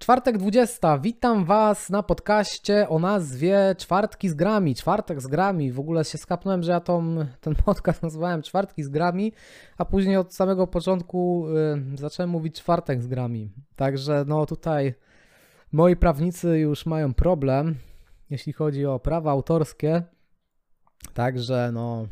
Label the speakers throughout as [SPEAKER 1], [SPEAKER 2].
[SPEAKER 1] Czwartek 20. Witam Was na podcaście o nazwie Czwartki z grami. Czwartek z grami. W ogóle się skapnąłem, że ja ten podcast nazwałem Czwartki z grami, a później od samego początku zacząłem mówić Czwartek z grami. Także no tutaj moi prawnicy już mają problem, jeśli chodzi o prawa autorskie. Także no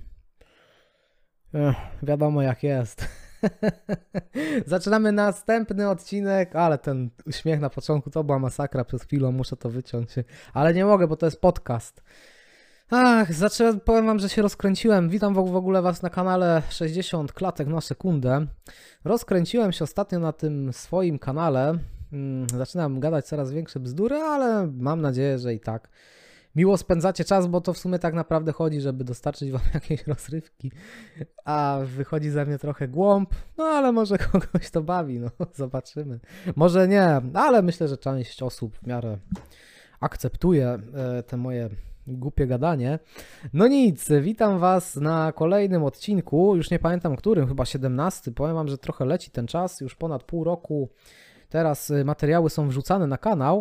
[SPEAKER 1] wiadomo jak jest. Zaczynamy następny odcinek, ale ten uśmiech na początku to była masakra, przed chwilą muszę to wyciąć, ale nie mogę, bo to jest podcast. Powiem Wam, że się rozkręciłem. Witam w ogóle Was na kanale 60 klatek na sekundę. Rozkręciłem się ostatnio na tym swoim kanale. Zaczynam gadać coraz większe bzdury, ale mam nadzieję, że i tak miło spędzacie czas, bo to w sumie tak naprawdę chodzi, żeby dostarczyć Wam jakieś rozrywki, a wychodzi ze mnie trochę głąb, no ale może kogoś to bawi, no zobaczymy. Może nie, ale myślę, że część osób w miarę akceptuje te moje głupie gadanie. No nic, witam Was na kolejnym odcinku, już nie pamiętam którym, chyba 17, powiem Wam, że trochę leci ten czas, już ponad pół roku teraz materiały są wrzucane na kanał.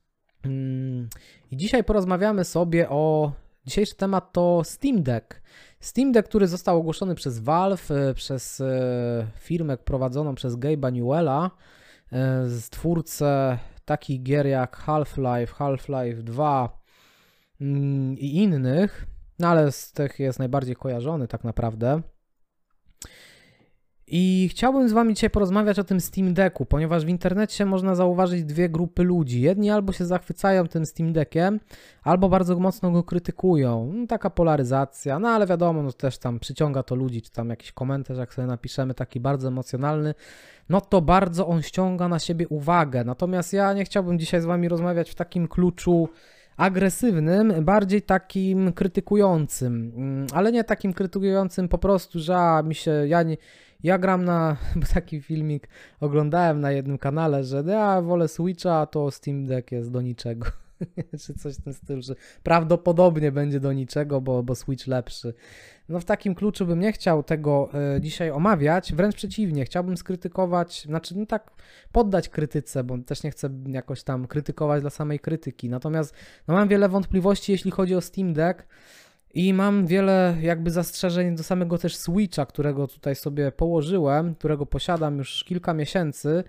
[SPEAKER 1] I dzisiaj porozmawiamy sobie o... Dzisiejszy temat to Steam Deck. Steam Deck, który został ogłoszony przez Valve, przez firmę prowadzoną przez Gabe'a Newella, twórcę takich gier jak Half-Life, Half-Life 2 i innych, no ale z tych jest najbardziej kojarzony tak naprawdę. I chciałbym z Wami dzisiaj porozmawiać o tym Steam Decku, ponieważ w internecie można zauważyć dwie grupy ludzi. Jedni albo się zachwycają tym Steam Deckiem, albo bardzo mocno go krytykują. No, taka polaryzacja, no ale wiadomo, no też tam przyciąga to ludzi, czy tam jakiś komentarz, jak sobie napiszemy, taki bardzo emocjonalny, no to bardzo on ściąga na siebie uwagę. Natomiast ja nie chciałbym dzisiaj z Wami rozmawiać w takim kluczu agresywnym, bardziej takim krytykującym, ale nie takim krytykującym po prostu, że ja gram na taki filmik, oglądałem na jednym kanale, że ja wolę Switcha, a to Steam Deck jest do niczego. Czy coś w tym stylu, że prawdopodobnie będzie do niczego, bo Switch lepszy. No w takim kluczu bym nie chciał tego dzisiaj omawiać, wręcz przeciwnie, chciałbym skrytykować, znaczy no tak poddać krytyce, bo też nie chcę jakoś tam krytykować dla samej krytyki. Natomiast no mam wiele wątpliwości, jeśli chodzi o Steam Deck. I mam wiele jakby zastrzeżeń do samego też Switcha, którego tutaj sobie położyłem, którego posiadam już kilka miesięcy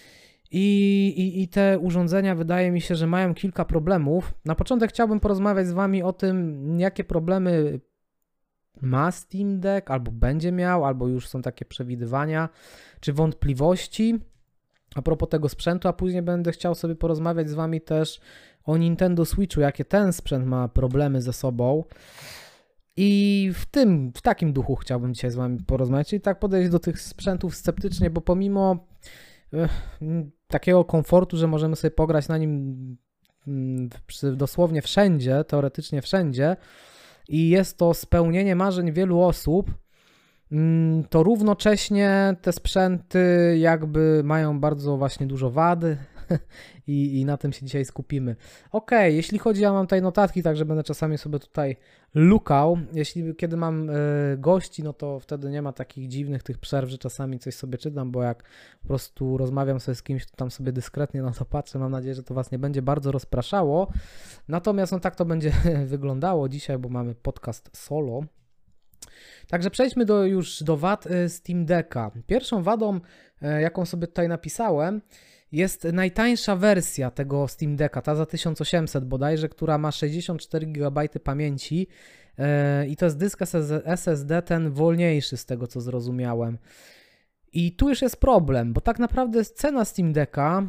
[SPEAKER 1] i te urządzenia wydaje mi się, że mają kilka problemów. Na początek chciałbym porozmawiać z Wami o tym, jakie problemy ma Steam Deck, albo będzie miał, albo już są takie przewidywania, czy wątpliwości a propos tego sprzętu, a później będę chciał sobie porozmawiać z Wami też o Nintendo Switchu, jakie ten sprzęt ma problemy ze sobą. I w takim duchu chciałbym dzisiaj z Wami porozmawiać, czyli tak podejść do tych sprzętów sceptycznie, bo pomimo takiego komfortu, że możemy sobie pograć na nim dosłownie wszędzie, teoretycznie wszędzie i jest to spełnienie marzeń wielu osób, to równocześnie te sprzęty jakby mają bardzo właśnie dużo wad i na tym się dzisiaj skupimy. Ok, jeśli chodzi, ja mam tutaj notatki, także będę czasami sobie tutaj lukał. Kiedy mam gości, no to wtedy nie ma takich dziwnych tych przerw, że czasami coś sobie czytam, bo jak po prostu rozmawiam sobie z kimś, to tam sobie dyskretnie na to patrzę. Mam nadzieję, że to Was nie będzie bardzo rozpraszało. Natomiast no tak to będzie wyglądało dzisiaj, bo mamy podcast solo. Także przejdźmy już do wad Steam Decka. Pierwszą wadą, jaką sobie tutaj napisałem, jest najtańsza wersja tego Steam Decka, ta za 1800 bodajże, która ma 64 GB pamięci i to jest dysk SSD, ten wolniejszy z tego co zrozumiałem. I tu już jest problem, bo tak naprawdę cena Steam Decka,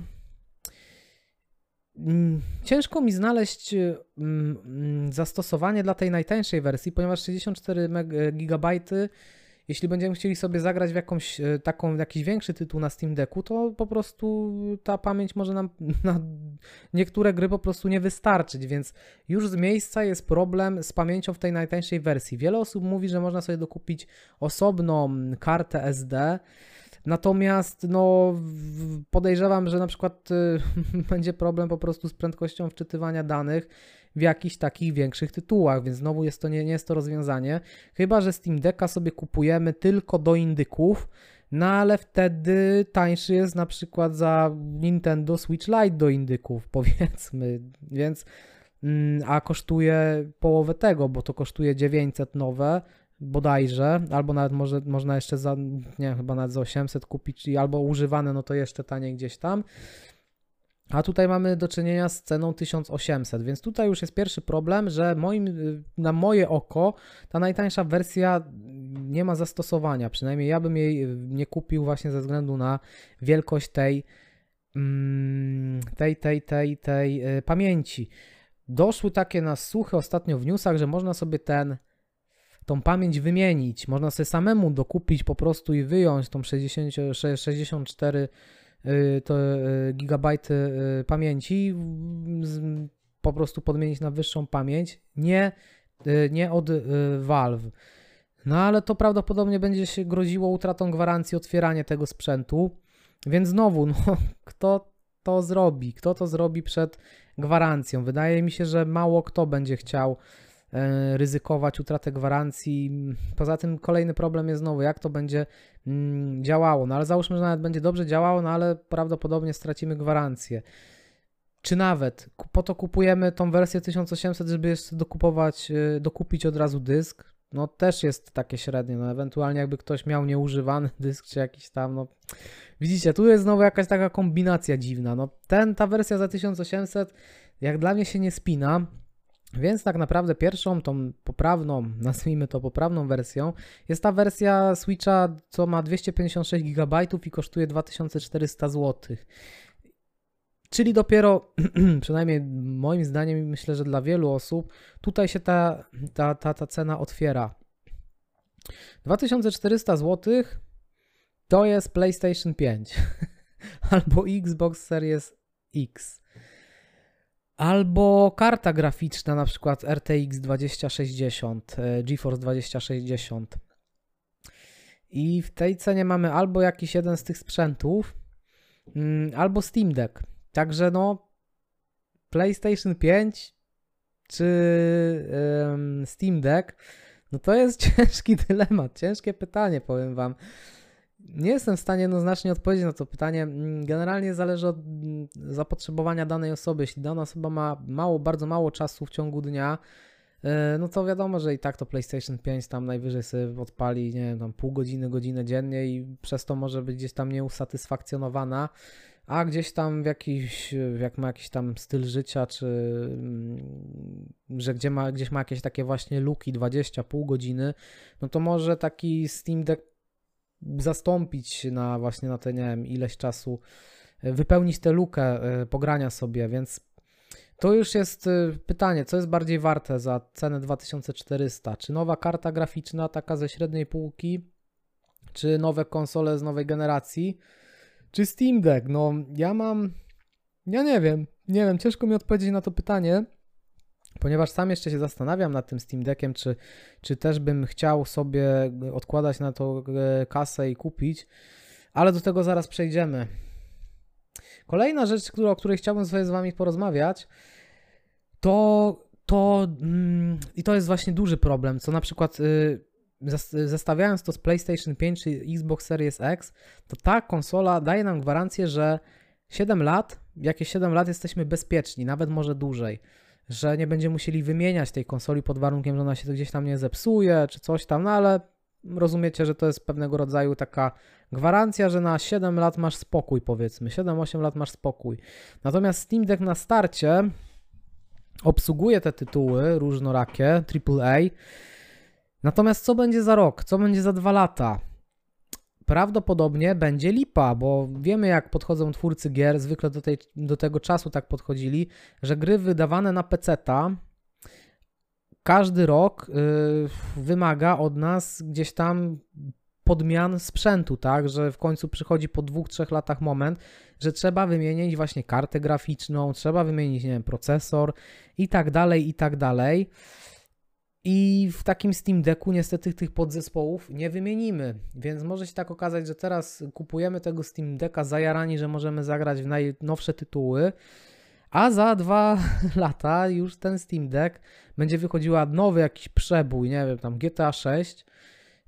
[SPEAKER 1] ciężko mi znaleźć zastosowanie dla tej najtańszej wersji, ponieważ 64 GB, jeśli będziemy chcieli sobie zagrać w jakiś większy tytuł na Steam Decku, to po prostu ta pamięć może nam na niektóre gry po prostu nie wystarczyć, więc już z miejsca jest problem z pamięcią w tej najtańszej wersji. Wiele osób mówi, że można sobie dokupić osobną kartę SD, natomiast no, podejrzewam, że na przykład będzie problem po prostu z prędkością wczytywania danych w jakichś takich większych tytułach, więc znowu nie jest to rozwiązanie. Chyba że Steam Decka sobie kupujemy tylko do indyków, No ale wtedy tańszy jest na przykład za Nintendo Switch Lite do indyków, powiedzmy, więc a kosztuje połowę tego, bo to kosztuje 900 nowe bodajże, albo nawet można jeszcze za, nie, chyba nawet za 800 kupić, albo używane, no to jeszcze taniej gdzieś tam. A tutaj mamy do czynienia z ceną 1800, więc tutaj już jest pierwszy problem, że na moje oko ta najtańsza wersja nie ma zastosowania. Przynajmniej ja bym jej nie kupił właśnie ze względu na wielkość tej pamięci. Doszły takie nasłuchy ostatnio w newsach, że można sobie tą pamięć wymienić. Można sobie samemu dokupić po prostu i wyjąć tą 64 gigabajty pamięci, po prostu podmienić na wyższą pamięć, nie od Valve. No ale to prawdopodobnie będzie się groziło utratą gwarancji otwierania tego sprzętu, więc znowu, no, kto to zrobi? Kto to zrobi przed gwarancją? Wydaje mi się, że mało kto będzie chciał ryzykować utratę gwarancji. Poza tym kolejny problem jest znowu, jak to będzie działało. No ale załóżmy, że nawet będzie dobrze działało, no ale prawdopodobnie stracimy gwarancję. Czy nawet po to kupujemy tą wersję 1800, żeby jeszcze dokupić od razu dysk? No też jest takie średnie, no ewentualnie jakby ktoś miał nieużywany dysk czy jakiś tam, no widzicie, tu jest znowu jakaś taka kombinacja dziwna, no ta wersja za 1800 jak dla mnie się nie spina. Więc tak naprawdę pierwszą, tą poprawną, nazwijmy to poprawną wersją, jest ta wersja Switcha, co ma 256 GB i kosztuje 2400 zł. Czyli dopiero, przynajmniej moim zdaniem i myślę, że dla wielu osób, tutaj się ta cena otwiera. 2400 zł to jest PlayStation 5 albo Xbox Series X. Albo karta graficzna, na przykład RTX 2060, GeForce 2060. I w tej cenie mamy albo jakiś jeden z tych sprzętów, albo Steam Deck. Także no, PlayStation 5 czy Steam Deck, no to jest ciężki dylemat, ciężkie pytanie, powiem wam. Nie jestem w stanie jednoznacznie odpowiedzieć na to pytanie. Generalnie zależy od zapotrzebowania danej osoby. Jeśli dana osoba ma bardzo mało czasu w ciągu dnia, no to wiadomo, że i tak to PlayStation 5 tam najwyżej sobie odpali, nie wiem, tam pół godziny, godzinę dziennie i przez to może być gdzieś tam nieusatysfakcjonowana, a gdzieś tam jak ma jakiś tam styl życia, czy że gdzieś ma jakieś takie właśnie luki 20, pół godziny, no to może taki Steam Deck zastąpić właśnie na te, nie wiem, ileś czasu, wypełnić tę lukę pogrania sobie, więc to już jest pytanie, co jest bardziej warte za cenę 2400, czy nowa karta graficzna taka ze średniej półki, czy nowe konsole z nowej generacji, czy Steam Deck. No ja nie wiem, ciężko mi odpowiedzieć na to pytanie, ponieważ sam jeszcze się zastanawiam nad tym Steam Deckiem, czy też bym chciał sobie odkładać na to kasę i kupić, ale do tego zaraz przejdziemy. Kolejna rzecz, o której chciałbym sobie z wami porozmawiać, i to jest właśnie duży problem, co na przykład zestawiając to z PlayStation 5 czy Xbox Series X, to ta konsola daje nam gwarancję, że 7 lat, jakieś 7 lat jesteśmy bezpieczni, nawet może dłużej, że nie będziemy musieli wymieniać tej konsoli pod warunkiem, że ona się gdzieś tam nie zepsuje, czy coś tam, no ale rozumiecie, że to jest pewnego rodzaju taka gwarancja, że na 7 lat masz spokój, powiedzmy, 7-8 lat masz spokój. Natomiast Steam Deck na starcie obsługuje te tytuły różnorakie, AAA, natomiast co będzie za rok, co będzie za 2 lata? Prawdopodobnie będzie lipa, bo wiemy jak podchodzą twórcy gier, zwykle do tego czasu tak podchodzili, że gry wydawane na PC-ta każdy rok wymaga od nas gdzieś tam podmian sprzętu, tak, że w końcu przychodzi po 2-3 latach moment, że trzeba wymienić właśnie kartę graficzną, trzeba wymienić, nie wiem, procesor i tak dalej, i tak dalej. I w takim Steam Decku niestety tych podzespołów nie wymienimy, więc może się tak okazać, że teraz kupujemy tego Steam Decka zajarani, że możemy zagrać w najnowsze tytuły, a za 2 lata już ten Steam Deck będzie wychodziła nowy jakiś przebój, nie wiem, tam GTA 6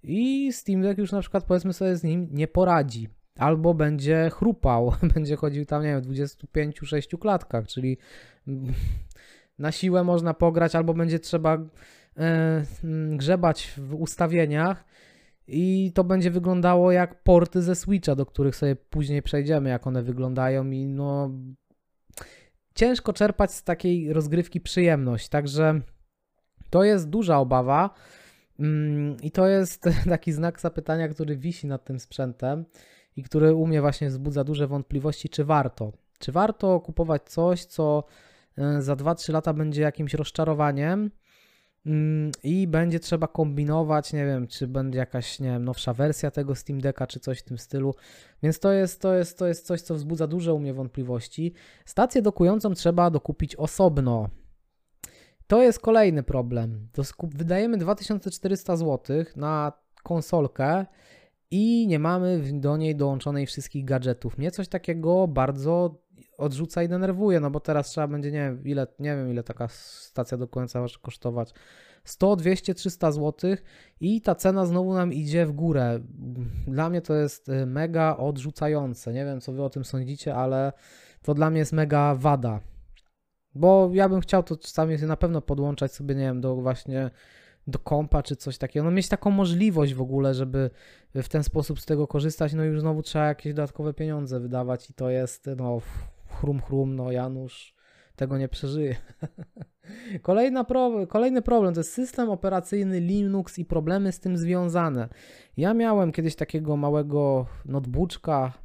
[SPEAKER 1] i Steam Deck już na przykład powiedzmy sobie z nim nie poradzi. Albo będzie chrupał, będzie chodził tam, nie wiem, w 25-6 klatkach, czyli na siłę można pograć, albo będzie trzeba grzebać w ustawieniach i to będzie wyglądało jak porty ze Switcha, do których sobie później przejdziemy, jak one wyglądają i no ciężko czerpać z takiej rozgrywki przyjemność, także to jest duża obawa i to jest taki znak zapytania, który wisi nad tym sprzętem i który u mnie właśnie wzbudza duże wątpliwości, czy warto. Czy warto kupować coś, co za 2-3 lata będzie jakimś rozczarowaniem i będzie trzeba kombinować, nie wiem, czy będzie jakaś, nie wiem, nowsza wersja tego Steam Decka, czy coś w tym stylu, więc to jest coś, co wzbudza duże u mnie wątpliwości. Stację dokującą trzeba dokupić osobno. To jest kolejny problem. Wydajemy 2400 zł na konsolkę i nie mamy do niej dołączonej wszystkich gadżetów. Mnie coś takiego bardzo odrzuca i denerwuje, no bo teraz trzeba będzie, nie wiem ile taka stacja dokująca może kosztować. 100, 200, 300 zł i ta cena znowu nam idzie w górę. Dla mnie to jest mega odrzucające. Nie wiem, co wy o tym sądzicie, ale to dla mnie jest mega wada. Bo ja bym chciał to czasami na pewno podłączać sobie, nie wiem, do kompa czy coś takiego. No mieć taką możliwość w ogóle, żeby w ten sposób z tego korzystać, no już znowu trzeba jakieś dodatkowe pieniądze wydawać i to jest, no chrum, no Janusz tego nie przeżyje. Kolejny problem to jest system operacyjny Linux i problemy z tym związane. Ja miałem kiedyś takiego małego notebooka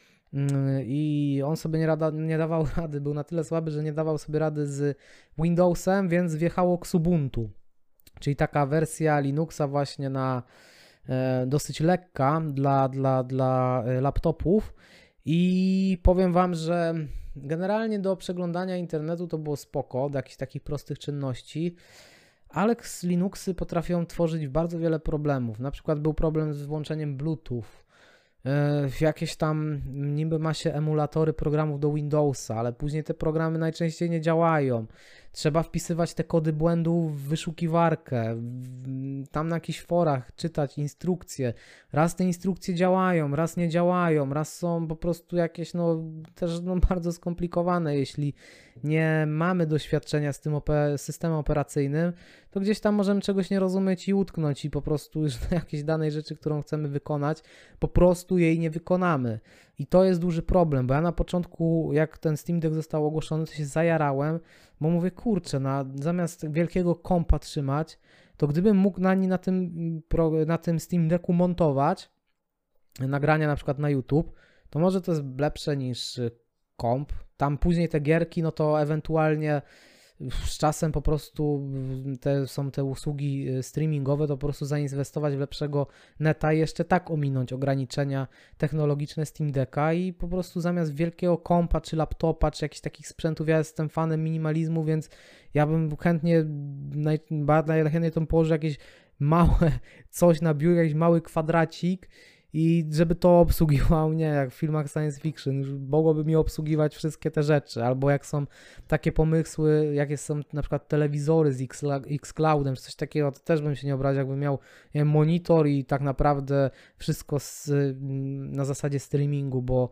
[SPEAKER 1] i on sobie nie dawał rady, był na tyle słaby, że nie dawał sobie rady z Windowsem, więc wjechało Xubuntu, czyli taka wersja Linuxa właśnie dosyć lekka dla laptopów i powiem wam, że generalnie do przeglądania internetu to było spoko, do jakichś takich prostych czynności, ale Linuxy potrafią tworzyć bardzo wiele problemów. Na przykład był problem z włączeniem Bluetooth. Jakieś tam niby ma się emulatory programów do Windowsa, ale później te programy najczęściej nie działają. Trzeba wpisywać te kody błędu w wyszukiwarkę, tam na jakichś forach czytać instrukcje. Raz te instrukcje działają, raz nie działają, raz są po prostu jakieś też bardzo skomplikowane. Jeśli nie mamy doświadczenia z tym systemem operacyjnym, to gdzieś tam możemy czegoś nie rozumieć i utknąć i po prostu już do jakiejś danej rzeczy, którą chcemy wykonać, po prostu jej nie wykonamy. I to jest duży problem, bo ja na początku, jak ten Steam Deck został ogłoszony, to się zajarałem, bo mówię, kurczę, zamiast wielkiego kompa trzymać, to gdybym mógł na tym Steam Decku montować nagrania na przykład na YouTube, to może to jest lepsze niż komp. Tam później te gierki, no to ewentualnie z czasem po prostu są te usługi streamingowe, to po prostu zainwestować w lepszego neta i jeszcze tak ominąć ograniczenia technologiczne Steam Decka i po prostu zamiast wielkiego kompa, czy laptopa, czy jakichś takich sprzętów, ja jestem fanem minimalizmu, więc ja bym najchętniej to położył jakieś małe coś na biurze, jakiś mały kwadracik i żeby to obsługiwał, nie jak w filmach science fiction, już mogłoby mi obsługiwać wszystkie te rzeczy, albo jak są takie pomysły, jakie są na przykład telewizory z Xcloudem, czy coś takiego, to też bym się nie obraził, jakbym miał, nie wiem, monitor i tak naprawdę wszystko na zasadzie streamingu, bo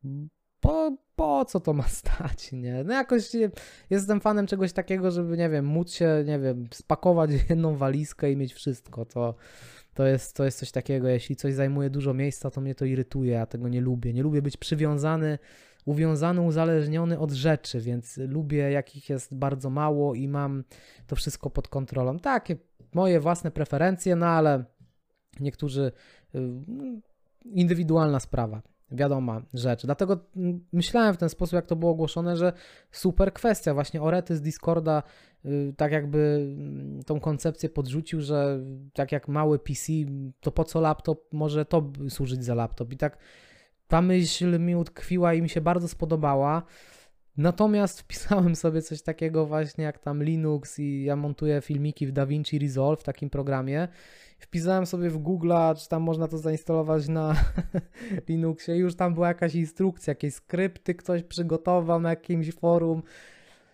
[SPEAKER 1] po co to ma stać, nie? No jakoś jestem fanem czegoś takiego, żeby, nie wiem, móc się, nie wiem, spakować w jedną walizkę i mieć wszystko, to jest coś takiego, jeśli coś zajmuje dużo miejsca, to mnie to irytuje, ja tego nie lubię. Nie lubię być uwiązany, uzależniony od rzeczy, więc lubię, jakich jest bardzo mało i mam to wszystko pod kontrolą. Takie moje własne preferencje, no ale niektórzy, indywidualna sprawa. Wiadoma rzecz. Dlatego myślałem w ten sposób, jak to było ogłoszone, że super kwestia. Właśnie Orety z Discorda tak jakby tą koncepcję podrzucił, że tak jak mały PC, to po co laptop, może to służyć za laptop. I tak ta myśl mi utkwiła i mi się bardzo spodobała. Natomiast wpisałem sobie coś takiego właśnie jak tam Linux i ja montuję filmiki w DaVinci Resolve w takim programie. Wpisałem sobie w Google'a, czy tam można to zainstalować na Linuxie. Już tam była jakaś instrukcja, jakieś skrypty ktoś przygotował na jakimś forum.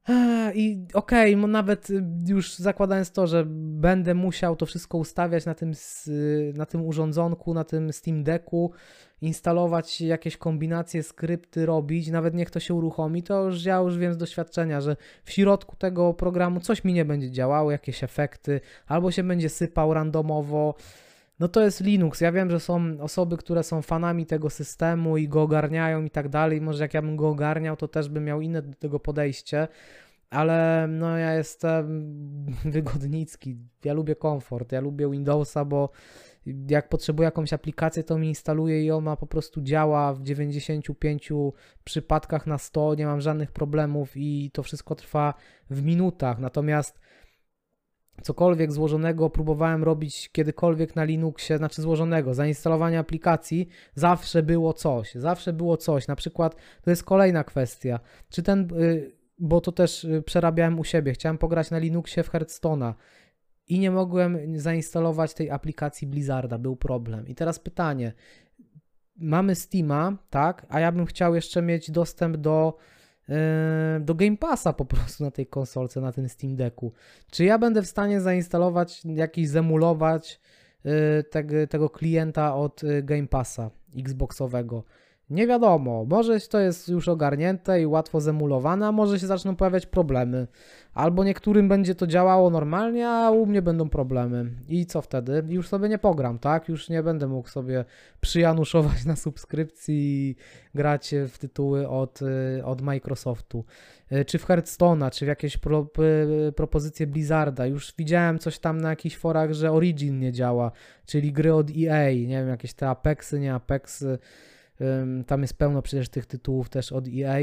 [SPEAKER 1] I okej, nawet już zakładając to, że będę musiał to wszystko ustawiać na tym urządzonku, na tym Steam Decku, instalować jakieś kombinacje, skrypty robić, nawet niech to się uruchomi, to już ja już wiem z doświadczenia, że w środku tego programu coś mi nie będzie działało, jakieś efekty, albo się będzie sypał randomowo. No to jest Linux. Ja wiem, że są osoby, które są fanami tego systemu i go ogarniają i tak dalej. Może jak ja bym go ogarniał, to też bym miał inne do tego podejście, ale no ja jestem wygodnicki. Ja lubię komfort, ja lubię Windowsa, bo jak potrzebuję jakąś aplikację, to mi instaluje i ona po prostu działa w 95 przypadkach na 100, nie mam żadnych problemów i to wszystko trwa w minutach. Natomiast cokolwiek złożonego próbowałem robić kiedykolwiek na Linuxie, znaczy złożonego, zainstalowania aplikacji, zawsze było coś, na przykład to jest kolejna kwestia, czy bo to też przerabiałem u siebie, chciałem pograć na Linuxie w Hearthstone'a i nie mogłem zainstalować tej aplikacji Blizzarda, był problem. I teraz pytanie, mamy Steama, tak, a ja bym chciał jeszcze mieć dostęp do Game Passa po prostu na tej konsolce, na tym Steam Decku. Czy ja będę w stanie zainstalować, zemulować tego klienta od Game Passa Xboxowego? Nie wiadomo, może to jest już ogarnięte i łatwo zemulowane, a może się zaczną pojawiać problemy. Albo niektórym będzie to działało normalnie, a u mnie będą problemy. I co wtedy? Już sobie nie pogram, tak? Już nie będę mógł sobie przyjanuszować na subskrypcji i grać w tytuły od Microsoftu. Czy w Hearthstone'a, czy w jakieś propozycje Blizzarda. Już widziałem coś tam na jakichś forach, że Origin nie działa, czyli gry od EA, nie wiem, jakieś te Apexy, nie Apexy. Tam jest pełno przecież tych tytułów też od EA.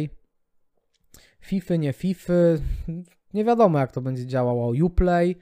[SPEAKER 1] FIFA, nie FIFA, nie wiadomo jak to będzie działało. Uplay,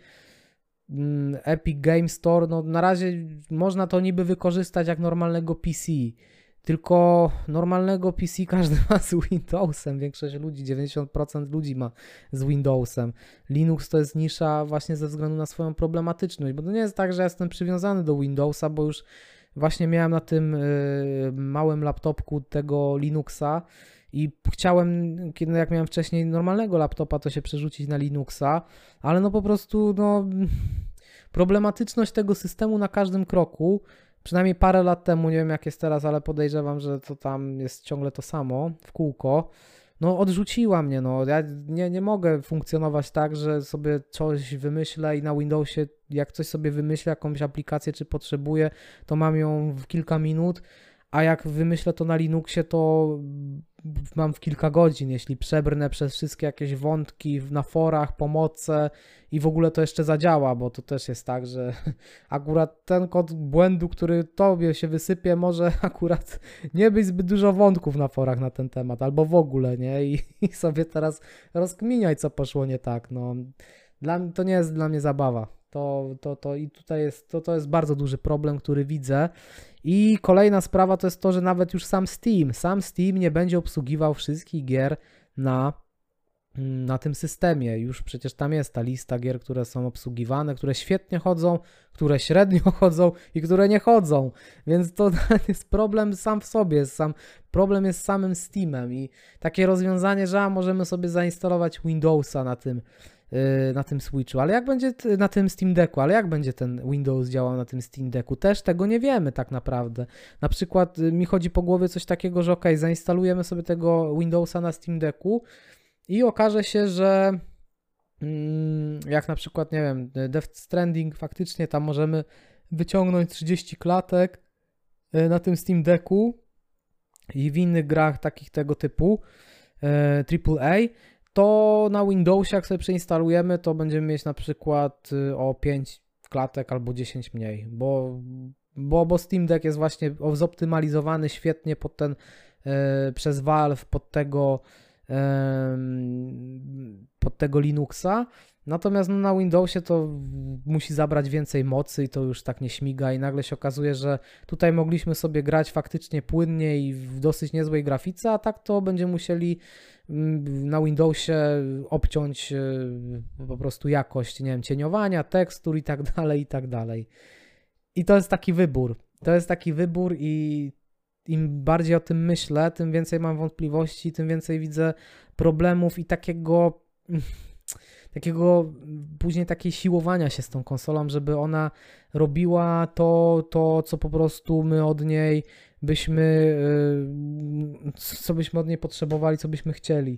[SPEAKER 1] Epic Game Store, no na razie można to niby wykorzystać jak normalnego PC, tylko normalnego PC każdy ma z Windowsem, większość ludzi, 90% ludzi ma z Windowsem. Linux to jest nisza właśnie ze względu na swoją problematyczność, bo to nie jest tak, że ja jestem przywiązany do Windowsa, bo już właśnie miałem na tym małym laptopku tego Linuxa i chciałem, jak miałem wcześniej normalnego laptopa, to się przerzucić na Linuxa, ale no po prostu problematyczność tego systemu na każdym kroku, przynajmniej parę lat temu, nie wiem jak jest teraz, ale podejrzewam, że to tam jest ciągle to samo w kółko, no odrzuciła mnie, no ja nie mogę funkcjonować tak, że sobie coś wymyślę i na Windowsie jak coś sobie wymyślę, jakąś aplikację czy potrzebuję, to mam ją w kilka minut, a jak wymyślę to na Linuxie, to mam w kilka godzin, jeśli przebrnę przez wszystkie jakieś wątki na forach, pomoce i w ogóle to jeszcze zadziała, bo to też jest tak, że akurat ten kod błędu, który tobie się wysypie, może akurat nie być zbyt dużo wątków na forach na ten temat, albo w ogóle, nie? I sobie teraz rozkminiaj, co poszło nie tak, no. To nie jest dla mnie zabawa. I tutaj to jest bardzo duży problem, który widzę. I kolejna sprawa to jest to, że nawet już sam Steam nie będzie obsługiwał wszystkich gier na tym systemie. Już przecież tam jest ta lista gier, które są obsługiwane, które świetnie chodzą, które średnio chodzą i które nie chodzą. Więc to jest problem sam w sobie. Problem jest z samym Steamem i takie rozwiązanie, że możemy sobie zainstalować Windowsa na tym Switchu, ale jak będzie na tym Steam Decku, ale jak będzie ten Windows działał na tym Steam Decku? Też tego nie wiemy tak naprawdę. Na przykład mi chodzi po głowie coś takiego, że ok, zainstalujemy sobie tego Windowsa na Steam Decku i okaże się, że jak na przykład, nie wiem, Death Stranding faktycznie tam możemy wyciągnąć 30 klatek na tym Steam Decku i w innych grach takich tego typu AAA, to na Windowsie jak sobie przeinstalujemy, to będziemy mieć na przykład o 5 klatek albo 10 mniej, bo Steam Deck jest właśnie zoptymalizowany świetnie przez Valve pod tego Linuxa, natomiast na Windowsie to musi zabrać więcej mocy i to już tak nie śmiga i nagle się okazuje, że tutaj mogliśmy sobie grać faktycznie płynnie i w dosyć niezłej grafice, a tak to będziemy musieli na Windowsie obciąć po prostu jakość, nie wiem, cieniowania, tekstur i tak dalej, i tak dalej. I to jest taki wybór. I im bardziej o tym myślę, tym więcej mam wątpliwości, tym więcej widzę problemów i takiego takiego później takiej siłowania się z tą konsolą, żeby ona robiła to co po prostu my od niej byśmy, co byśmy od niej potrzebowali, co byśmy chcieli.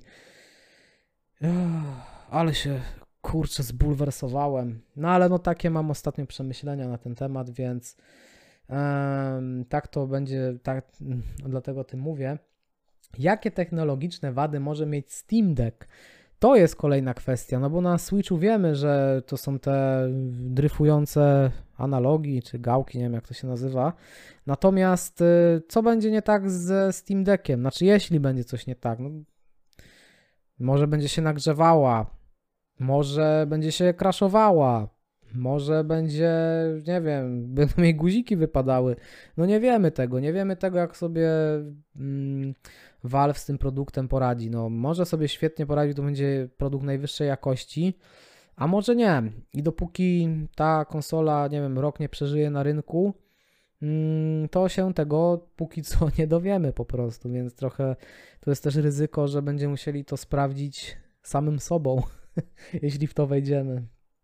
[SPEAKER 1] Ale się, kurczę, zbulwersowałem. No ale no takie mam ostatnio przemyślenia na ten temat, więc tak to będzie, tak, dlatego o tym mówię. Jakie technologiczne wady może mieć Steam Deck? To jest kolejna kwestia, no bo na Switchu wiemy, że to są te dryfujące analogi, czy gałki, nie wiem jak to się nazywa. Natomiast co będzie nie tak ze Steam Deckiem? Znaczy, jeśli będzie coś nie tak, no, może będzie się nagrzewała, może będzie się crashowała, może będzie, nie wiem, będą jej guziki wypadały. No nie wiemy tego jak sobie Valve z tym produktem poradzi. No może sobie świetnie poradzi, to będzie produkt najwyższej jakości, a może nie. I dopóki ta konsola, nie wiem, rok nie przeżyje na rynku, to się tego póki co nie dowiemy po prostu, więc trochę to jest też ryzyko, że będziemy musieli to sprawdzić samym sobą, jeśli w to wejdziemy.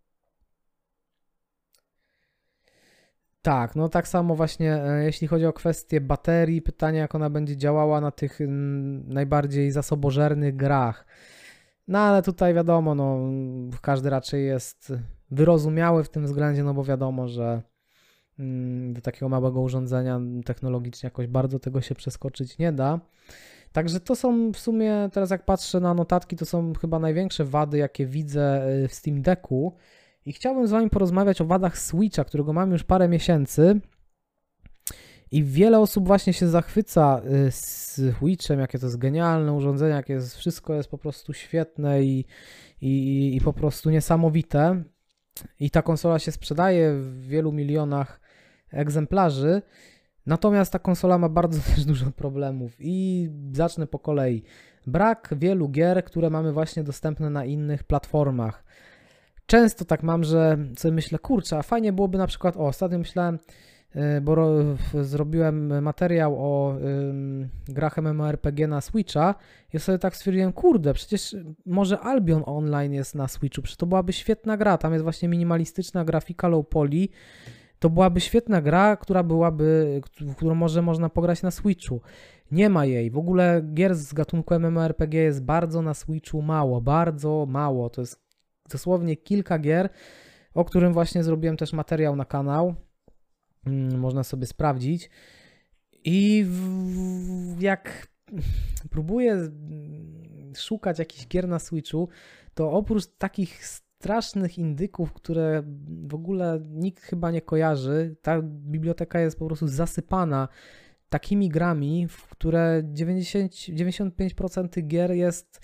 [SPEAKER 1] Tak, no tak samo właśnie jeśli chodzi o kwestię baterii, pytanie jak ona będzie działała na tych najbardziej zasobożernych grach. No ale tutaj wiadomo, no każdy raczej jest wyrozumiały w tym względzie, no bo wiadomo, że do takiego małego urządzenia technologicznie jakoś bardzo tego się przeskoczyć nie da. Także to są w sumie, teraz jak patrzę na notatki, to są chyba największe wady, jakie widzę w Steam Decku. I chciałbym z wami porozmawiać o wadach Switcha, którego mam już parę miesięcy. I wiele osób właśnie się zachwyca Switchem, jakie to jest genialne urządzenie, jakie jest, wszystko jest po prostu świetne i po prostu niesamowite. I ta konsola się sprzedaje w wielu milionach egzemplarzy. Natomiast ta konsola ma bardzo też dużo problemów i zacznę po kolei. Brak wielu gier, które mamy właśnie dostępne na innych platformach. Często tak mam, że sobie myślę, kurczę, a fajnie byłoby na przykład, ostatnio myślałem, bo zrobiłem materiał o grach MMORPG na Switcha i sobie tak stwierdziłem, kurde, przecież może Albion Online jest na Switchu, przecież to byłaby świetna gra, tam jest właśnie minimalistyczna grafika low poly, to byłaby świetna gra, którą może można pograć na Switchu. Nie ma jej, w ogóle gier z gatunku MMORPG jest bardzo na Switchu mało, bardzo mało, to jest dosłownie kilka gier, o którym właśnie zrobiłem też materiał na kanał. Można sobie sprawdzić. I jak próbuję szukać jakichś gier na Switchu, to oprócz takich strasznych indyków, które w ogóle nikt chyba nie kojarzy, ta biblioteka jest po prostu zasypana takimi grami, w które 95% gier jest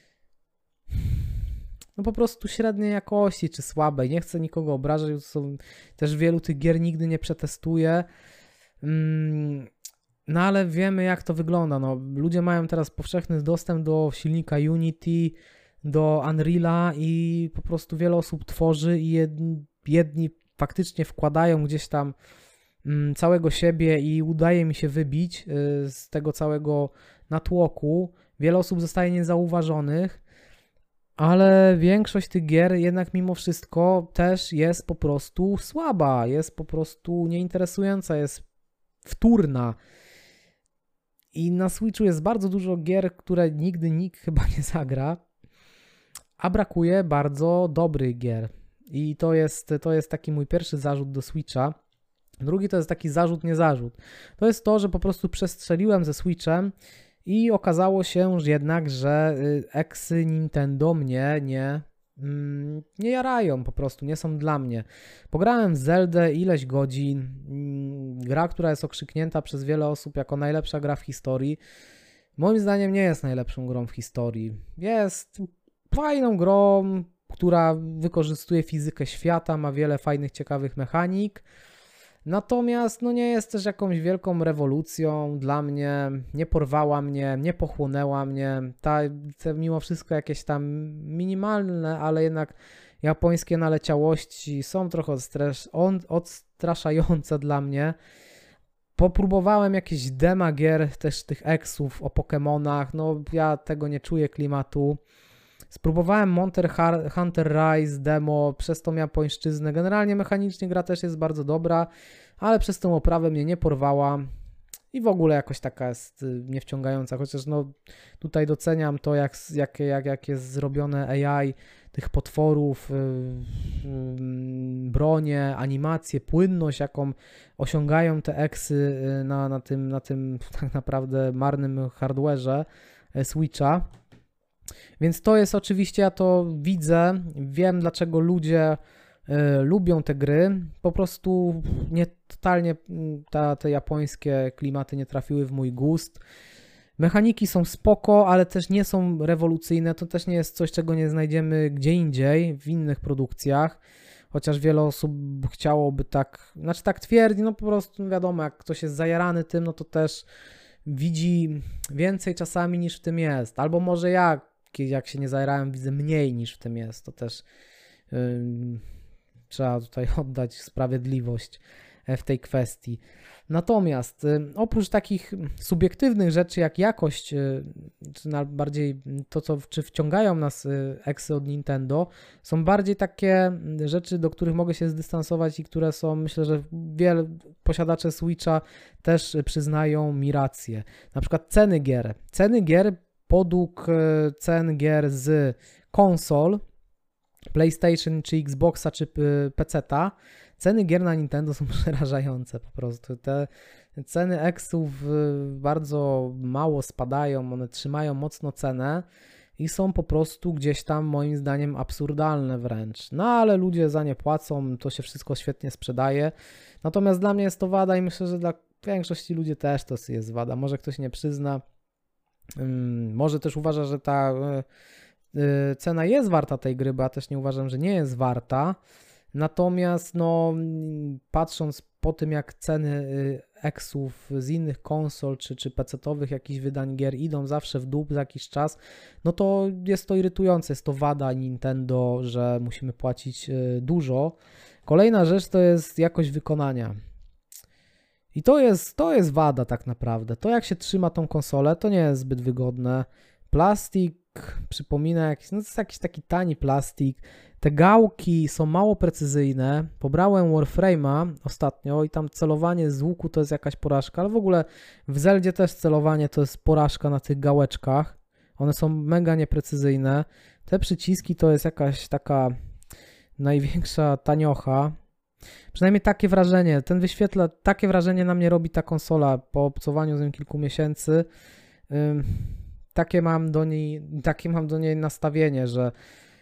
[SPEAKER 1] no po prostu średniej jakości czy słabej. Nie chcę nikogo obrażać, bo są też wielu tych gier nigdy nie przetestuję. No ale wiemy jak to wygląda. No, ludzie mają teraz powszechny dostęp do silnika Unity, do Unreala i po prostu wiele osób tworzy i jedni faktycznie wkładają gdzieś tam całego siebie i udaje mi się wybić z tego całego natłoku. Wiele osób zostaje niezauważonych. Ale większość tych gier jednak mimo wszystko też jest po prostu słaba, jest po prostu nieinteresująca, jest wtórna. I na Switchu jest bardzo dużo gier, które nigdy nikt chyba nie zagra, a brakuje bardzo dobrych gier. I to jest taki mój pierwszy zarzut do Switcha. Drugi to jest taki zarzut, nie zarzut. To jest to, że po prostu przestrzeliłem ze Switchem i okazało się że jednak, że eksy Nintendo mnie nie jarają, po prostu nie są dla mnie. Pograłem w Zeldę ileś godzin, gra, która jest okrzyknięta przez wiele osób jako najlepsza gra w historii. Moim zdaniem nie jest najlepszą grą w historii. Jest fajną grą, która wykorzystuje fizykę świata, ma wiele fajnych, ciekawych mechanik. Natomiast no nie jest też jakąś wielką rewolucją dla mnie, nie porwała mnie, nie pochłonęła mnie. Te mimo wszystko jakieś tam minimalne, ale jednak japońskie naleciałości są trochę odstraszające dla mnie. Popróbowałem jakieś dema gier, też tych eksów o Pokemonach, no ja tego nie czuję klimatu. Spróbowałem Monster Hunter Rise demo, przez to miała pońszczyznę. Generalnie mechanicznie gra też jest bardzo dobra, ale przez tą oprawę mnie nie porwała i w ogóle jakoś taka jest niewciągająca, chociaż no tutaj doceniam to, jak jest zrobione AI tych potworów, bronie, animacje, płynność, jaką osiągają te eksy na tym tak naprawdę marnym hardware'ze Switcha. Więc to jest oczywiście, ja to widzę, wiem dlaczego ludzie lubią te gry, po prostu nie totalnie te japońskie klimaty nie trafiły w mój gust. Mechaniki są spoko, ale też nie są rewolucyjne, to też nie jest coś, czego nie znajdziemy gdzie indziej, w innych produkcjach, chociaż wiele osób chciałoby tak, znaczy tak twierdzi, no po prostu wiadomo, jak ktoś jest zajarany tym, no to też widzi więcej czasami niż w tym jest, albo może ja, jak się nie zajarałem, widzę mniej niż w tym jest, to też trzeba tutaj oddać sprawiedliwość w tej kwestii. Natomiast oprócz takich subiektywnych rzeczy jak jakość, czy bardziej to, czy wciągają nas eksy od Nintendo, są bardziej takie rzeczy, do których mogę się zdystansować i które są, myślę, że wiele posiadacze Switcha też przyznają mi rację. Na przykład ceny gier. Ceny gier podług cen gier z konsol, PlayStation, czy Xboxa, czy PC-ta, ceny gier na Nintendo są przerażające po prostu. Te ceny eksów bardzo mało spadają, one trzymają mocno cenę i są po prostu gdzieś tam moim zdaniem absurdalne wręcz. No ale ludzie za nie płacą, to się wszystko świetnie sprzedaje. Natomiast dla mnie jest to wada i myślę, że dla większości ludzi też to jest wada. Może ktoś nie przyzna, może też uważa, że ta cena jest warta tej gry, bo ja też nie uważam, że nie jest warta. Natomiast no, patrząc po tym, jak ceny eksów z innych konsol czy PC-towych jakichś wydań gier idą zawsze w dół za jakiś czas, no to jest to irytujące, jest to wada Nintendo, że musimy płacić dużo. Kolejna rzecz to jest jakość wykonania. I to jest wada tak naprawdę. To jak się trzyma tą konsolę, to nie jest zbyt wygodne. Plastik przypomina jakiś, no to jest jakiś taki tani plastik. Te gałki są mało precyzyjne. Pobrałem Warframe'a ostatnio i tam celowanie z łuku to jest jakaś porażka, ale w ogóle w Zeldzie też celowanie to jest porażka na tych gałeczkach. One są mega nieprecyzyjne. Te przyciski to jest jakaś taka największa taniocha. Przynajmniej takie wrażenie. Takie wrażenie na mnie robi ta konsola po obcowaniu z nią kilku miesięcy. Takie mam do niej nastawienie, że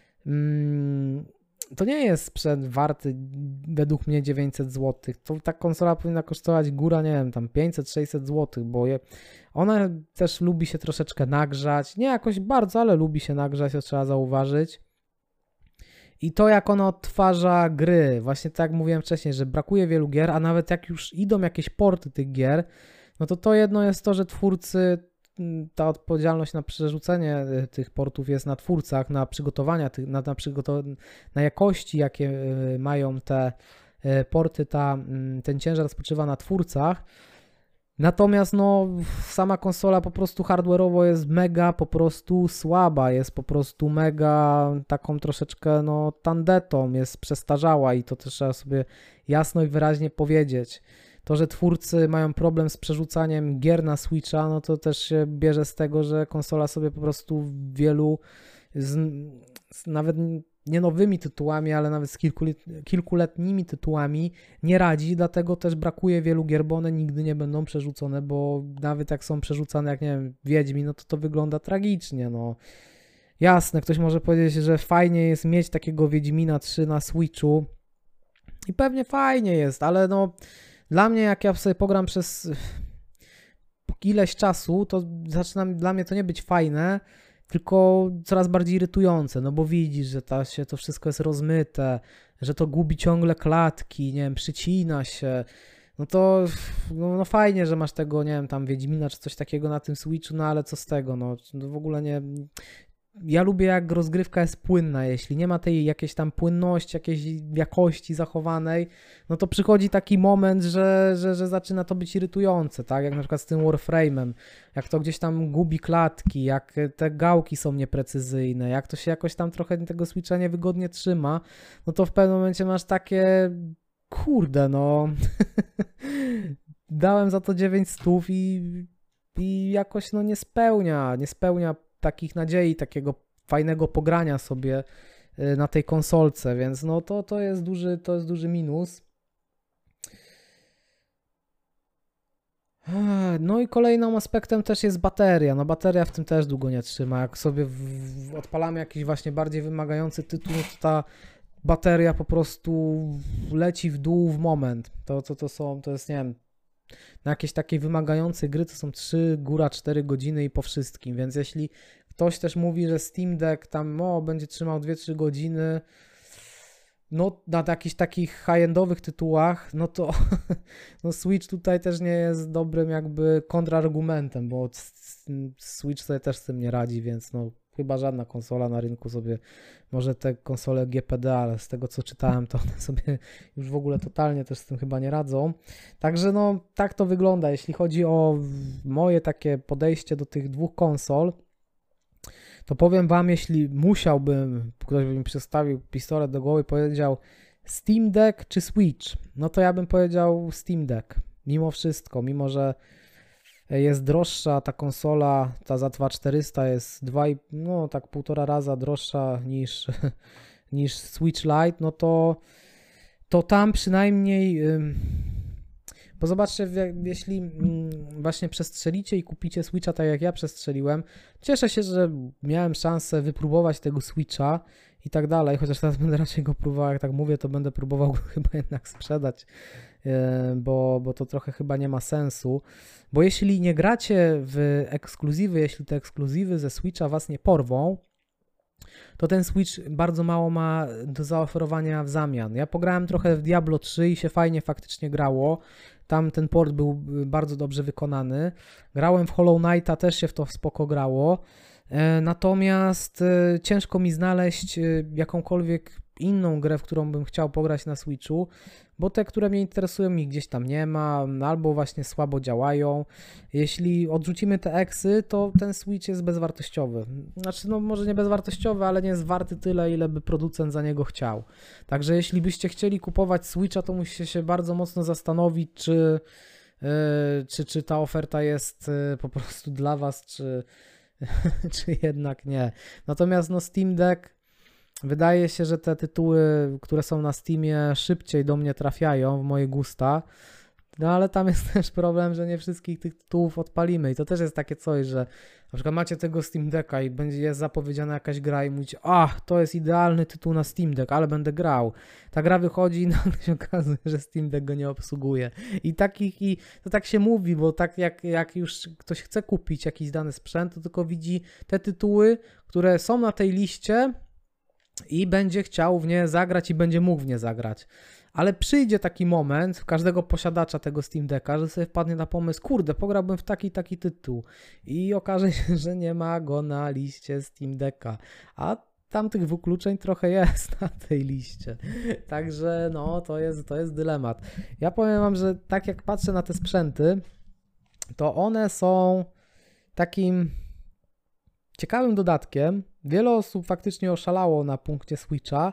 [SPEAKER 1] to nie jest sprzęt warty według mnie 900 zł. Ta konsola powinna kosztować góra, nie wiem, tam 500-600 zł, bo ona też lubi się troszeczkę nagrzać. Nie jakoś bardzo, ale lubi się nagrzać, to trzeba zauważyć. I to, jak ona odtwarza gry, właśnie tak jak mówiłem wcześniej, że brakuje wielu gier, a nawet jak już idą jakieś porty tych gier, no to jedno jest to, że twórcy, ta odpowiedzialność na przerzucenie tych portów jest na twórcach, na przygotowania, na jakości, jakie mają te porty, ten ciężar spoczywa na twórcach. Natomiast no, sama konsola po prostu hardware'owo jest mega po prostu słaba, jest po prostu mega taką troszeczkę no tandetą, jest przestarzała i to też trzeba sobie jasno i wyraźnie powiedzieć. To, że twórcy mają problem z przerzucaniem gier na Switcha, no to też się bierze z tego, że konsola sobie po prostu wielu, nawet nie nowymi tytułami, ale nawet z kilkuletnimi tytułami nie radzi, dlatego też brakuje wielu gier, bo one nigdy nie będą przerzucone, bo nawet jak są przerzucane, jak nie wiem, Wiedźmin, no to wygląda tragicznie, no. Jasne, ktoś może powiedzieć, że fajnie jest mieć takiego Wiedźmina 3 na Switchu i pewnie fajnie jest, ale no dla mnie, jak ja sobie pogram przez ileś czasu, to zaczyna dla mnie to nie być fajne, tylko coraz bardziej irytujące, no bo widzisz, że to wszystko jest rozmyte, że to gubi ciągle klatki, nie wiem, przycina się, no to no fajnie, że masz tego, nie wiem, tam Wiedźmina czy coś takiego na tym Switchu, no ale co z tego, no w ogóle ja lubię jak rozgrywka jest płynna, jeśli nie ma tej jakiejś tam płynności, jakiejś jakości zachowanej, no to przychodzi taki moment, że zaczyna to być irytujące, tak, jak na przykład z tym Warframe'em, jak to gdzieś tam gubi klatki, jak te gałki są nieprecyzyjne, jak to się jakoś tam trochę tego Switcha niewygodnie trzyma, no to w pewnym momencie masz takie, kurde no, dałem za to 900 i jakoś no nie spełnia takich nadziei, takiego fajnego pogrania sobie na tej konsolce, więc no to jest duży minus. No i kolejnym aspektem też jest bateria. No bateria w tym też długo nie trzyma. Jak sobie odpalamy jakiś właśnie bardziej wymagający tytuł, no to ta bateria po prostu leci w dół w moment. To jest, nie wiem, na jakieś takiej wymagającej gry to są 3, góra 4 godziny i po wszystkim, więc jeśli ktoś też mówi, że Steam Deck tam będzie trzymał 2-3 godziny, no na jakichś takich high-endowych tytułach, no to no Switch tutaj też nie jest dobrym jakby kontrargumentem, bo Switch sobie też z tym nie radzi, więc no chyba żadna konsola na rynku sobie, może te konsole GPD, ale z tego co czytałem, to one sobie już w ogóle totalnie też z tym chyba nie radzą. Także no tak to wygląda, jeśli chodzi o moje takie podejście do tych dwóch konsol, to powiem wam, jeśli musiałbym, ktoś by mi przystawił pistolet do głowy i powiedział Steam Deck czy Switch, no to ja bym powiedział Steam Deck, mimo wszystko, mimo że jest droższa ta konsola, ta za 2400 jest 1,5 raza droższa niż Switch Lite, no to tam przynajmniej, bo zobaczcie, jeśli właśnie przestrzelicie i kupicie Switcha tak jak ja przestrzeliłem, cieszę się, że miałem szansę wypróbować tego Switcha i tak dalej, chociaż teraz będę raczej go próbował, jak tak mówię, to będę próbował go chyba jednak sprzedać, bo to trochę chyba nie ma sensu, bo jeśli nie gracie w ekskluzywy, jeśli te ekskluzywy ze Switcha was nie porwą, to ten Switch bardzo mało ma do zaoferowania w zamian. Ja pograłem trochę w Diablo 3 i się fajnie faktycznie grało. Tam ten port był bardzo dobrze wykonany. Grałem w Hollow Knighta, też się w to spoko grało. Natomiast ciężko mi znaleźć jakąkolwiek inną grę, w którą bym chciał pograć na Switchu, bo te, które mnie interesują, ich gdzieś tam nie ma, albo właśnie słabo działają. Jeśli odrzucimy te eksy, to ten Switch jest bezwartościowy. Znaczy, no może nie bezwartościowy, ale nie jest warty tyle, ile by producent za niego chciał. Także jeśli byście chcieli kupować Switcha, to musicie się bardzo mocno zastanowić, czy ta oferta jest po prostu dla was, czy jednak nie. Natomiast no Steam Deck, wydaje się, że te tytuły, które są na Steamie, szybciej do mnie trafiają w moje gusta, no ale tam jest też problem, że nie wszystkich tych tytułów odpalimy i to też jest takie coś, że na przykład macie tego Steam Decka i jest zapowiedziana jakaś gra i mówicie, to jest idealny tytuł na Steam Deck, ale będę grał. Ta gra wychodzi i nagle się okazuje, że Steam Deck go nie obsługuje. I to tak się mówi, bo tak jak już ktoś chce kupić jakiś dany sprzęt, to tylko widzi te tytuły, które są na tej liście i będzie chciał w nie zagrać i będzie mógł w nie zagrać. Ale przyjdzie taki moment w każdego posiadacza tego Steam Decka, że sobie wpadnie na pomysł, kurde, pograłbym w taki tytuł i okaże się, że nie ma go na liście Steam Decka, a tam tych wykluczeń trochę jest na tej liście. Także no, to jest dylemat. Ja powiem wam, że tak jak patrzę na te sprzęty, to one są takim ciekawym dodatkiem. Wiele osób faktycznie oszalało na punkcie Switcha.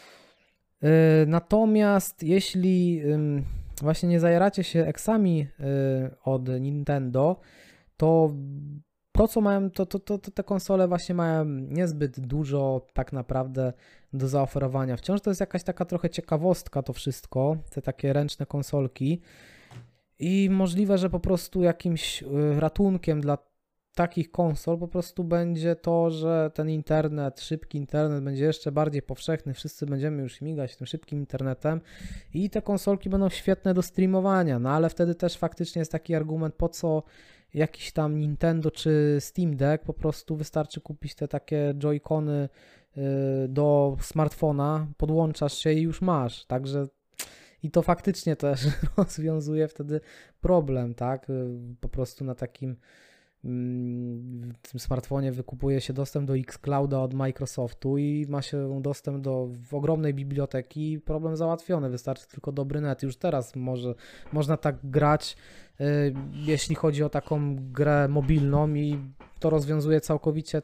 [SPEAKER 1] Natomiast jeśli właśnie nie zajaracie się eksami od Nintendo, to co mają, to te konsole właśnie mają niezbyt dużo tak naprawdę do zaoferowania. Wciąż to jest jakaś taka trochę ciekawostka to wszystko, te takie ręczne konsolki i możliwe, że po prostu jakimś ratunkiem dla takich konsol po prostu będzie to, że ten internet, szybki internet będzie jeszcze bardziej powszechny, wszyscy będziemy już śmigać tym szybkim internetem i te konsolki będą świetne do streamowania, no ale wtedy też faktycznie jest taki argument, po co jakiś tam Nintendo czy Steam Deck, po prostu wystarczy kupić te takie Joy-Cony do smartfona, podłączasz się i już masz, także i to faktycznie też rozwiązuje wtedy problem, tak, po prostu na takim w tym smartfonie wykupuje się dostęp do xClouda od Microsoftu i ma się dostęp do ogromnej biblioteki, problem załatwiony, wystarczy tylko dobry net. Już teraz można tak grać, jeśli chodzi o taką grę mobilną i to rozwiązuje całkowicie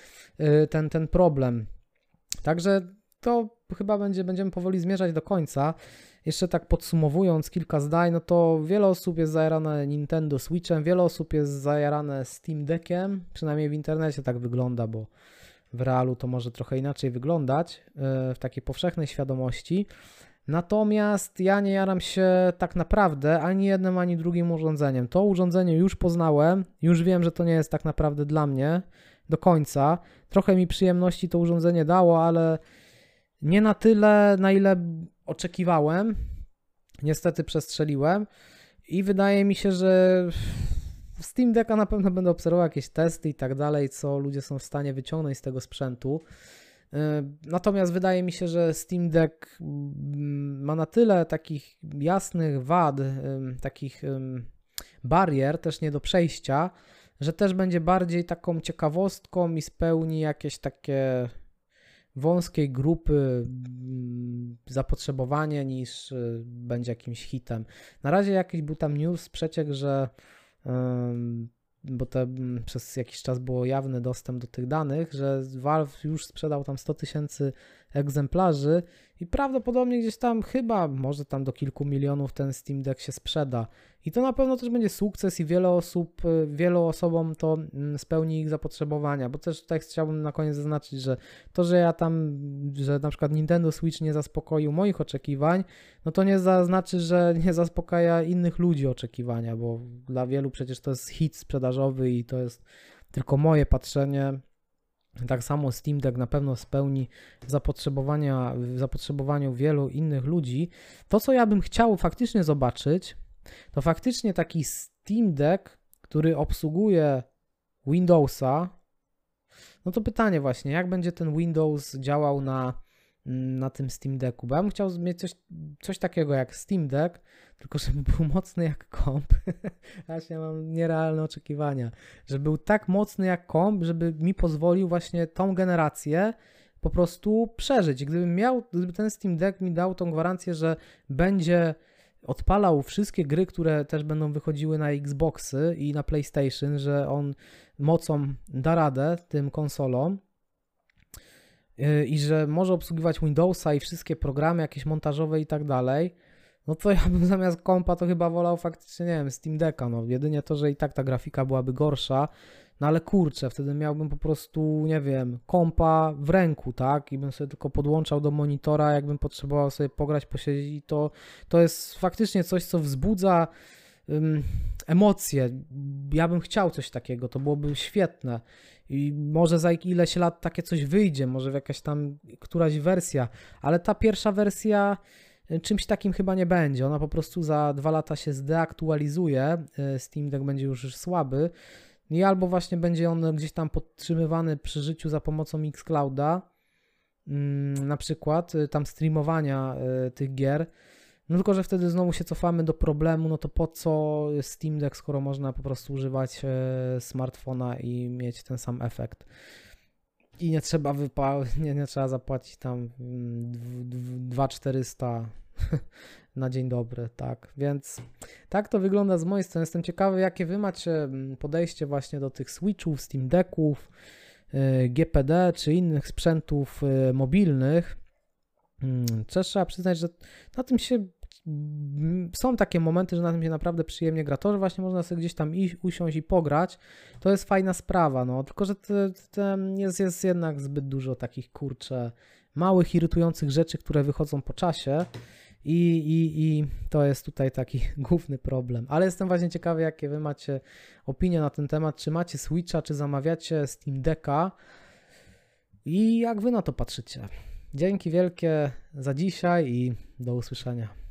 [SPEAKER 1] ten problem. Także to chyba będziemy powoli zmierzać do końca. Jeszcze tak podsumowując kilka zdań, no to wiele osób jest zajarane Nintendo Switchem, wiele osób jest zajarane Steam Deckiem, przynajmniej w internecie tak wygląda, bo w realu to może trochę inaczej wyglądać, w takiej powszechnej świadomości. Natomiast ja nie jaram się tak naprawdę ani jednym, ani drugim urządzeniem. To urządzenie już poznałem, już wiem, że to nie jest tak naprawdę dla mnie do końca. Trochę mi przyjemności to urządzenie dało, ale nie na tyle, na ile oczekiwałem. Niestety przestrzeliłem i wydaje mi się, że w Steam Decka na pewno będę obserwował jakieś testy i tak dalej, co ludzie są w stanie wyciągnąć z tego sprzętu. Natomiast wydaje mi się, że Steam Deck ma na tyle takich jasnych wad, takich barier też nie do przejścia, że też będzie bardziej taką ciekawostką i spełni jakieś takie wąskiej grupy zapotrzebowanie niż będzie jakimś hitem. Na razie jakiś był tam news, przeciek, że bo przez jakiś czas było jawny dostęp do tych danych, że Valve już sprzedał tam 100 000 egzemplarzy i prawdopodobnie gdzieś tam chyba może tam do kilku milionów ten Steam Deck się sprzeda. I to na pewno też będzie sukces i wielu osobom to spełni ich zapotrzebowania, bo też tutaj chciałbym na koniec zaznaczyć, że to, że że na przykład Nintendo Switch nie zaspokoił moich oczekiwań, no to nie znaczy, że nie zaspokaja innych ludzi oczekiwania, bo dla wielu przecież to jest hit sprzedażowy i to jest tylko moje patrzenie. Tak samo Steam Deck na pewno spełni zapotrzebowaniu wielu innych ludzi. To, co ja bym chciał faktycznie zobaczyć, to faktycznie taki Steam Deck, który obsługuje Windowsa. No to pytanie właśnie, jak będzie ten Windows działał na tym Steam Decku, bo ja bym chciał mieć coś takiego jak Steam Deck, tylko żeby był mocny jak komp. Właśnie mam nierealne oczekiwania, żeby był tak mocny jak komp, żeby mi pozwolił właśnie tą generację po prostu przeżyć. Gdyby ten Steam Deck mi dał tą gwarancję, że będzie odpalał wszystkie gry, które też będą wychodziły na Xboxy i na PlayStation, że on mocą da radę tym konsolom, i że może obsługiwać Windowsa i wszystkie programy jakieś montażowe i tak dalej, no to ja bym zamiast kompa to chyba wolał faktycznie, nie wiem, Steam Decka, no jedynie to, że i tak ta grafika byłaby gorsza, no ale kurczę, wtedy miałbym po prostu, nie wiem, kompa w ręku, tak, i bym sobie tylko podłączał do monitora, jakbym potrzebował sobie pograć, posiedzieć i to jest faktycznie coś, co wzbudza emocje. Ja bym chciał coś takiego, to byłoby świetne. I może za ileś lat takie coś wyjdzie, może w jakaś tam któraś wersja, ale ta pierwsza wersja czymś takim chyba nie będzie. Ona po prostu za 2 lata się zdeaktualizuje, Steam Deck będzie już słaby i albo właśnie będzie on gdzieś tam podtrzymywany przy życiu za pomocą xClouda, na przykład tam streamowania tych gier. No tylko, że wtedy znowu się cofamy do problemu, no to po co Steam Deck, skoro można po prostu używać smartfona i mieć ten sam efekt. I nie trzeba nie trzeba zapłacić tam 2400 na dzień dobry, tak. Więc tak to wygląda z mojej strony. Jestem ciekawy, jakie wy macie podejście właśnie do tych Switchów, Steam Decków, GPD czy innych sprzętów mobilnych. Trzeba przyznać, że na tym są takie momenty, że na tym się naprawdę przyjemnie gra. To, że właśnie można sobie gdzieś tam usiąść i pograć, to jest fajna sprawa, no. Tylko, że jest jednak zbyt dużo takich, kurczę, małych, irytujących rzeczy, które wychodzą po czasie i to jest tutaj taki główny problem. Ale jestem właśnie ciekawy, jakie wy macie opinie na ten temat, czy macie Switcha, czy zamawiacie Steam Decka i jak wy na to patrzycie. Dzięki wielkie za dzisiaj i do usłyszenia.